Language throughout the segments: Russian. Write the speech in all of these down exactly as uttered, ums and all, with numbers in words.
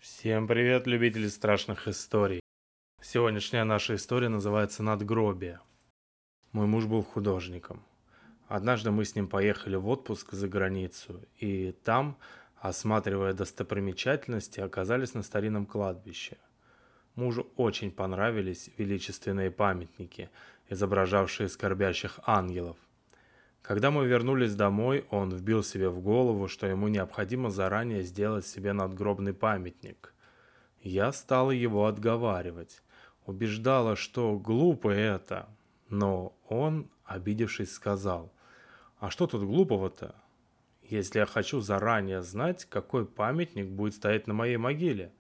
Всем привет, любители страшных историй. Сегодняшняя наша история называется «Надгробие». Мой муж был художником. Однажды мы с ним поехали в отпуск за границу, и там, осматривая достопримечательности, оказались на старинном кладбище. Мужу очень понравились величественные памятники, изображавшие скорбящих ангелов. Когда мы вернулись домой, он вбил себе в голову, что ему необходимо заранее сделать себе надгробный памятник. Я стала его отговаривать, убеждала, что глупо это, но он, обидевшись, сказал: «А что тут глупого-то, если я хочу заранее знать, какой памятник будет стоять на моей могиле?»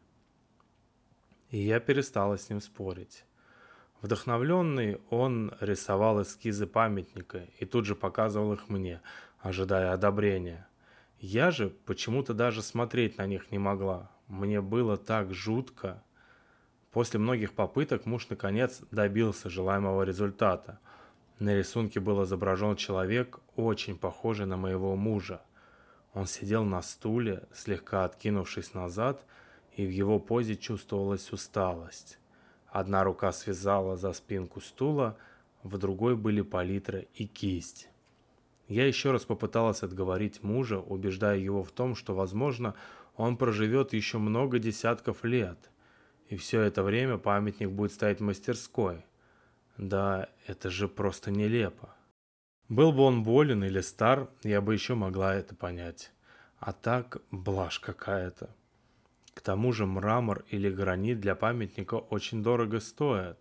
И я перестала с ним спорить. Вдохновленный, он рисовал эскизы памятника и тут же показывал их мне, ожидая одобрения. Я же почему-то даже смотреть на них не могла. Мне было так жутко. После многих попыток муж наконец добился желаемого результата. На рисунке был изображен человек, очень похожий на моего мужа. Он сидел на стуле, слегка откинувшись назад, и в его позе чувствовалась усталость. Одна рука связала за спинку стула, в другой были палитра и кисть. Я еще раз попыталась отговорить мужа, убеждая его в том, что, возможно, он проживет еще много десятков лет, и все это время памятник будет стоять в мастерской. Да, это же просто нелепо. Был бы он болен или стар, я бы еще могла это понять. А так, блажь какая-то. К тому же мрамор или гранит для памятника очень дорого стоят.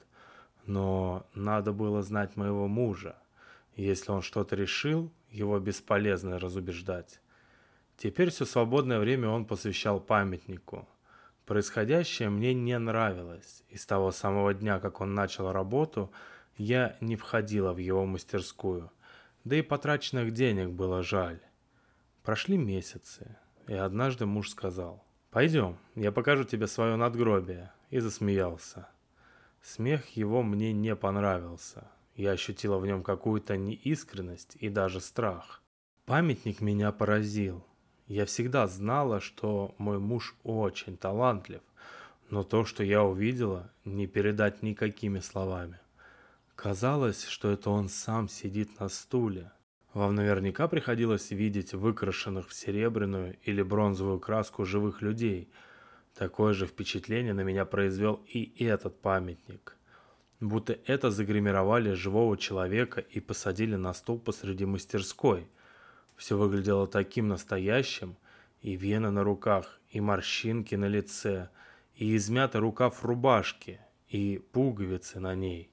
Но надо было знать моего мужа. Если он что-то решил, его бесполезно разубеждать. Теперь все свободное время он посвящал памятнику. Происходящее мне не нравилось, и с того самого дня, как он начал работу, я не входила в его мастерскую, да и потраченных денег было жаль. Прошли месяцы, и однажды муж сказал: «Пойдем, я покажу тебе свое надгробие», и засмеялся. Смех его мне не понравился. Я ощутила в нем какую-то неискренность и даже страх. Памятник меня поразил. Я всегда знала, что мой муж очень талантлив, но то, что я увидела, не передать никакими словами. Казалось, что это он сам сидит на стуле. Вам наверняка приходилось видеть выкрашенных в серебряную или бронзовую краску живых людей. Такое же впечатление на меня произвел и этот памятник. Будто это загримировали живого человека и посадили на стул посреди мастерской. Все выглядело таким настоящим: и вены на руках, и морщинки на лице, и измятый рукав рубашки, и пуговицы на ней.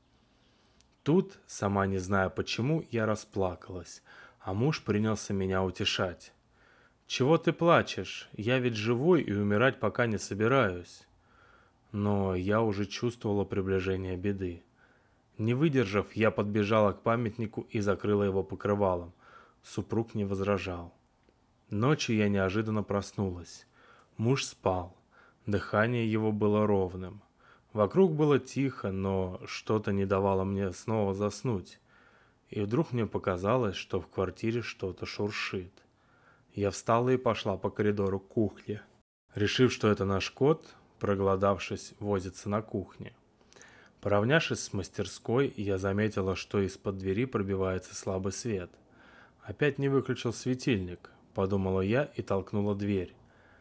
Тут, сама не зная почему, я расплакалась, а муж принялся меня утешать. «Чего ты плачешь? Я ведь живой и умирать пока не собираюсь». Но я уже чувствовала приближение беды. Не выдержав, я подбежала к памятнику и закрыла его покрывалом. Супруг не возражал. Ночью я неожиданно проснулась. Муж спал. Дыхание его было ровным. Вокруг было тихо, но что-то не давало мне снова заснуть. И вдруг мне показалось, что в квартире что-то шуршит. Я встала и пошла по коридору к кухне, решив, что это наш кот, проголодавшись, возится на кухне. Поравнявшись с мастерской, я заметила, что из-под двери пробивается слабый свет. «Опять не выключил светильник», — подумала я и толкнула дверь.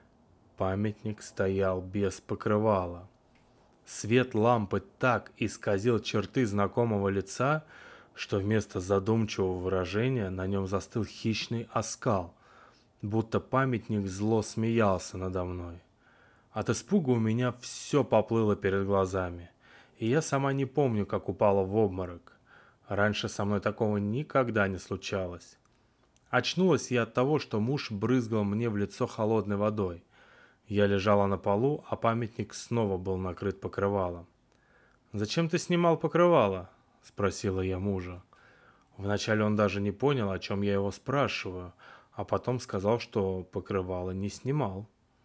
Памятник стоял без покрывала. Свет лампы так исказил черты знакомого лица, что вместо задумчивого выражения на нем застыл хищный оскал, будто памятник зло смеялся надо мной. От испуга у меня все поплыло перед глазами, и я сама не помню, как упала в обморок. Раньше со мной такого никогда не случалось. Очнулась я от того, что муж брызгал мне в лицо холодной водой. Я лежала на полу, а памятник снова был накрыт покрывалом. «Зачем ты снимал покрывало?» – спросила я мужа. Вначале он даже не понял, о чем я его спрашиваю, а потом сказал, что покрывало не снимал.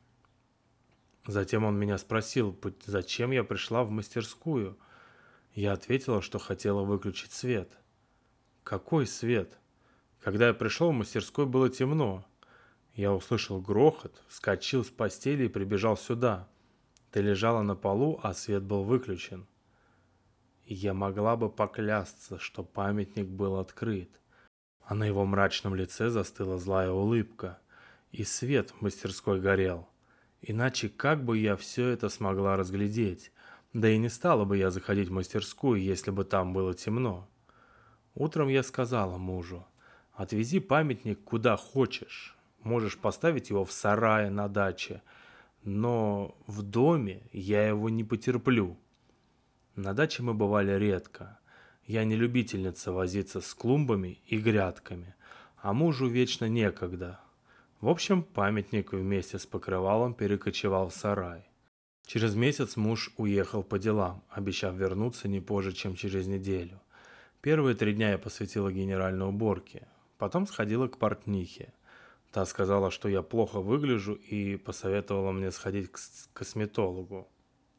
Затем он меня спросил, зачем я пришла в мастерскую. Я ответила, что хотела выключить свет. «Какой свет? Когда я пришел, в мастерской было темно». Я услышал грохот, вскочил с постели и прибежал сюда. Ты лежала на полу, а свет был выключен. И я могла бы поклясться, что памятник был открыт, а на его мрачном лице застыла злая улыбка, и свет в мастерской горел. Иначе как бы я все это смогла разглядеть? Да и не стала бы я заходить в мастерскую, если бы там было темно. Утром я сказала мужу: отвези памятник куда хочешь. Можешь поставить его в сарае на даче, но в доме я его не потерплю. На даче мы бывали редко. Я не любительница возиться с клумбами и грядками, а мужу вечно некогда. В общем, памятник вместе с покрывалом перекочевал в сарай. Через месяц муж уехал по делам, обещав вернуться не позже, чем через неделю. Первые три дня я посвятила генеральной уборке, потом сходила к портнихе. Та сказала, что я плохо выгляжу, и посоветовала мне сходить к косметологу.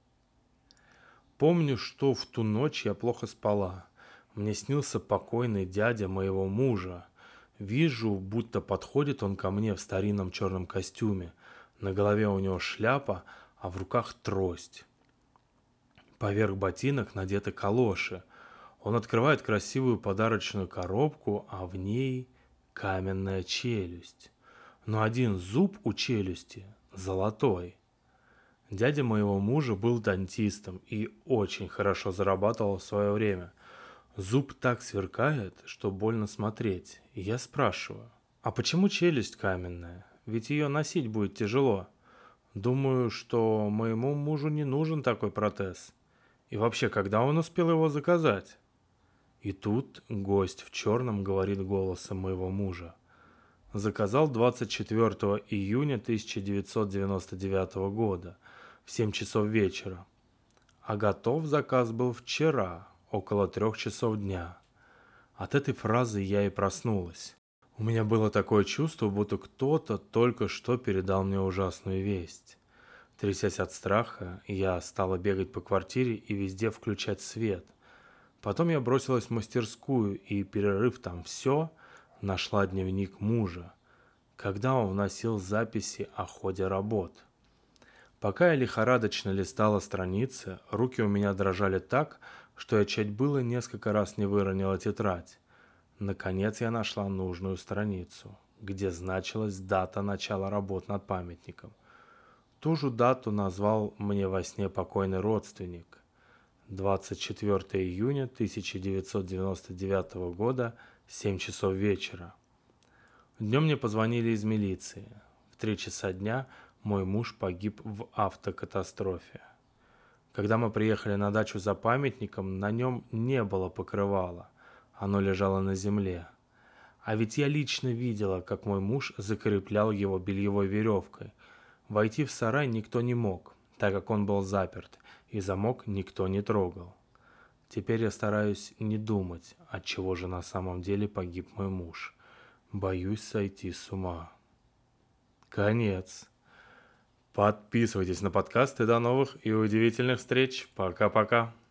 Помню, что в ту ночь я плохо спала. Мне снился покойный дядя моего мужа. Вижу, будто подходит он ко мне в старинном черном костюме. На голове у него шляпа, а в руках трость. Поверх ботинок надеты калоши. Он открывает красивую подарочную коробку, а в ней каменная челюсть. Но один зуб у челюсти золотой. Дядя моего мужа был дантистом и очень хорошо зарабатывал в свое время. Зуб так сверкает, что больно смотреть. И я спрашиваю: а почему челюсть каменная? Ведь ее носить будет тяжело. Думаю, что моему мужу не нужен такой протез. И вообще, когда он успел его заказать? И тут гость в черном говорит голосом моего мужа: заказал двадцать четвёртого июня тысяча девятьсот девяносто девятого года в семь часов вечера, а готов заказ был вчера, около трех часов дня. От этой фразы я и проснулась. У меня было такое чувство, будто кто-то только что передал мне ужасную весть. Трясясь от страха, я стала бегать по квартире и везде включать свет. Потом я бросилась в мастерскую и, перерыв там все, нашла дневник мужа, когда он вносил записи о ходе работ. Пока я лихорадочно листала страницы, руки у меня дрожали так, что я чуть было несколько раз не выронила тетрадь. Наконец я нашла нужную страницу, где значилась дата начала работ над памятником. Ту же дату назвал мне во сне покойный родственник. двадцать четвёртого июня тысяча девятьсот девяносто девятого года, семь часов вечера. Днем мне позвонили из милиции. В три часа дня мой муж погиб в автокатастрофе. Когда мы приехали на дачу за памятником, на нем не было покрывала. Оно лежало на земле. А ведь я лично видела, как мой муж закреплял его бельевой веревкой. Войти в сарай никто не мог, так как он был заперт, и замок никто не трогал. Теперь я стараюсь не думать, от чего же на самом деле погиб мой муж. Боюсь сойти с ума. Конец. Подписывайтесь на подкасты. До новых и удивительных встреч. Пока-пока.